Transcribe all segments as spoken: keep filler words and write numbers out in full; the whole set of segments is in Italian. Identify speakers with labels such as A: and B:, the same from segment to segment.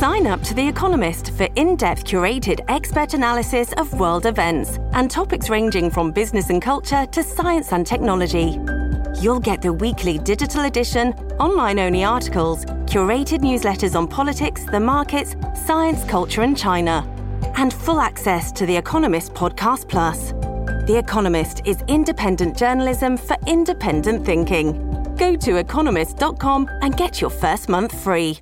A: Sign up to The Economist for in-depth curated expert analysis of world events and topics ranging from business and culture to science and technology. You'll get the weekly digital edition, online-only articles, curated newsletters on politics, the markets, science, culture and China, and full access to The Economist Podcast Plus. The Economist is independent journalism for independent thinking. Go to economist dot com and get your first month free.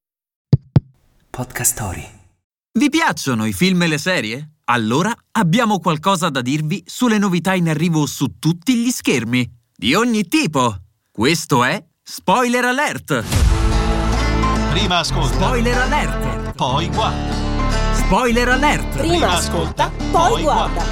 B: Podcast Story.
C: Vi piacciono i film e le serie? Allora abbiamo qualcosa da dirvi sulle novità in arrivo su tutti gli schermi, di ogni tipo. Questo è Spoiler Alert!
D: Prima ascolta.
C: Spoiler Alert!
D: Poi guarda.
C: Spoiler Alert!
D: Prima ascolta, poi guarda.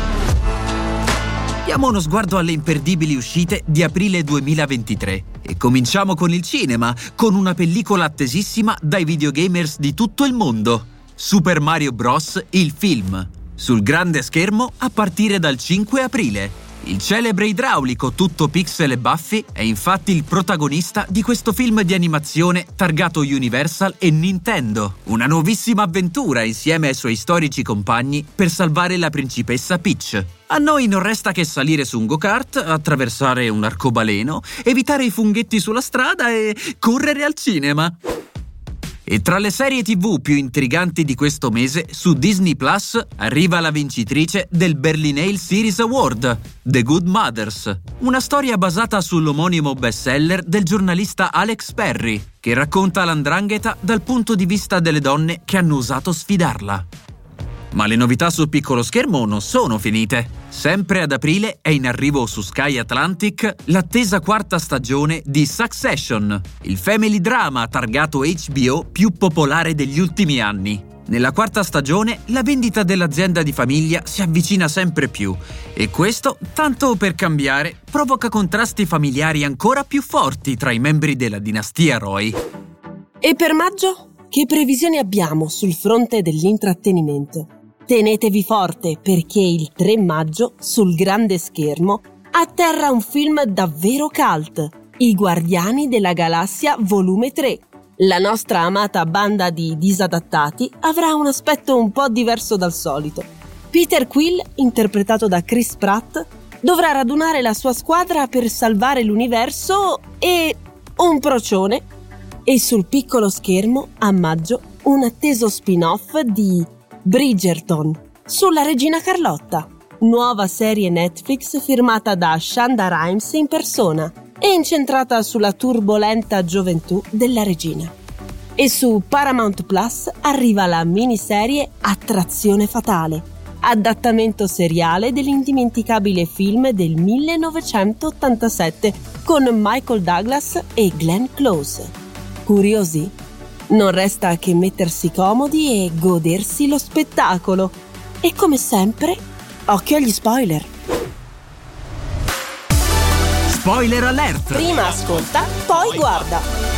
C: Diamo uno sguardo alle imperdibili uscite di aprile duemilaventitré e cominciamo con il cinema, con una pellicola attesissima dai videogamers di tutto il mondo. Super Mario Bros. Il film, sul grande schermo a partire dal cinque aprile. Il celebre idraulico tutto pixel e baffi è infatti il protagonista di questo film di animazione targato Universal e Nintendo. Una nuovissima avventura insieme ai suoi storici compagni per salvare la principessa Peach. A noi non resta che salire su un go-kart, attraversare un arcobaleno, evitare i funghetti sulla strada e correre al cinema. E tra le serie tivù più intriganti di questo mese, su Disney Plus arriva la vincitrice del Berlinale Series Award, The Good Mothers, una storia basata sull'omonimo bestseller del giornalista Alex Perry, che racconta l'andrangheta dal punto di vista delle donne che hanno osato sfidarla. Ma le novità sul piccolo schermo non sono finite. Sempre ad aprile è in arrivo su Sky Atlantic l'attesa quarta stagione di Succession, il family drama targato H B O più popolare degli ultimi anni. Nella quarta stagione la vendita dell'azienda di famiglia si avvicina sempre più e questo, tanto per cambiare, provoca contrasti familiari ancora più forti tra i membri della dinastia Roy.
E: E per maggio? Che previsioni abbiamo sul fronte dell'intrattenimento? Tenetevi forte perché il tre maggio, sul grande schermo, atterra un film davvero cult, I Guardiani della Galassia volume tre. La nostra amata banda di disadattati avrà un aspetto un po' diverso dal solito. Peter Quill, interpretato da Chris Pratt, dovrà radunare la sua squadra per salvare l'universo e un procione. E sul piccolo schermo, a maggio, un atteso spin-off di Bridgerton, sulla regina Carlotta, nuova serie Netflix firmata da Shonda Rhimes in persona e incentrata sulla turbolenta gioventù della regina. E su Paramount Plus arriva la miniserie Attrazione fatale, adattamento seriale dell'indimenticabile film del millenovecentottantasette con Michael Douglas e Glenn Close. Curiosi? Non resta che mettersi comodi e godersi lo spettacolo. E come sempre, occhio agli spoiler.
C: Spoiler Alert!
E: Prima ascolta, poi guarda.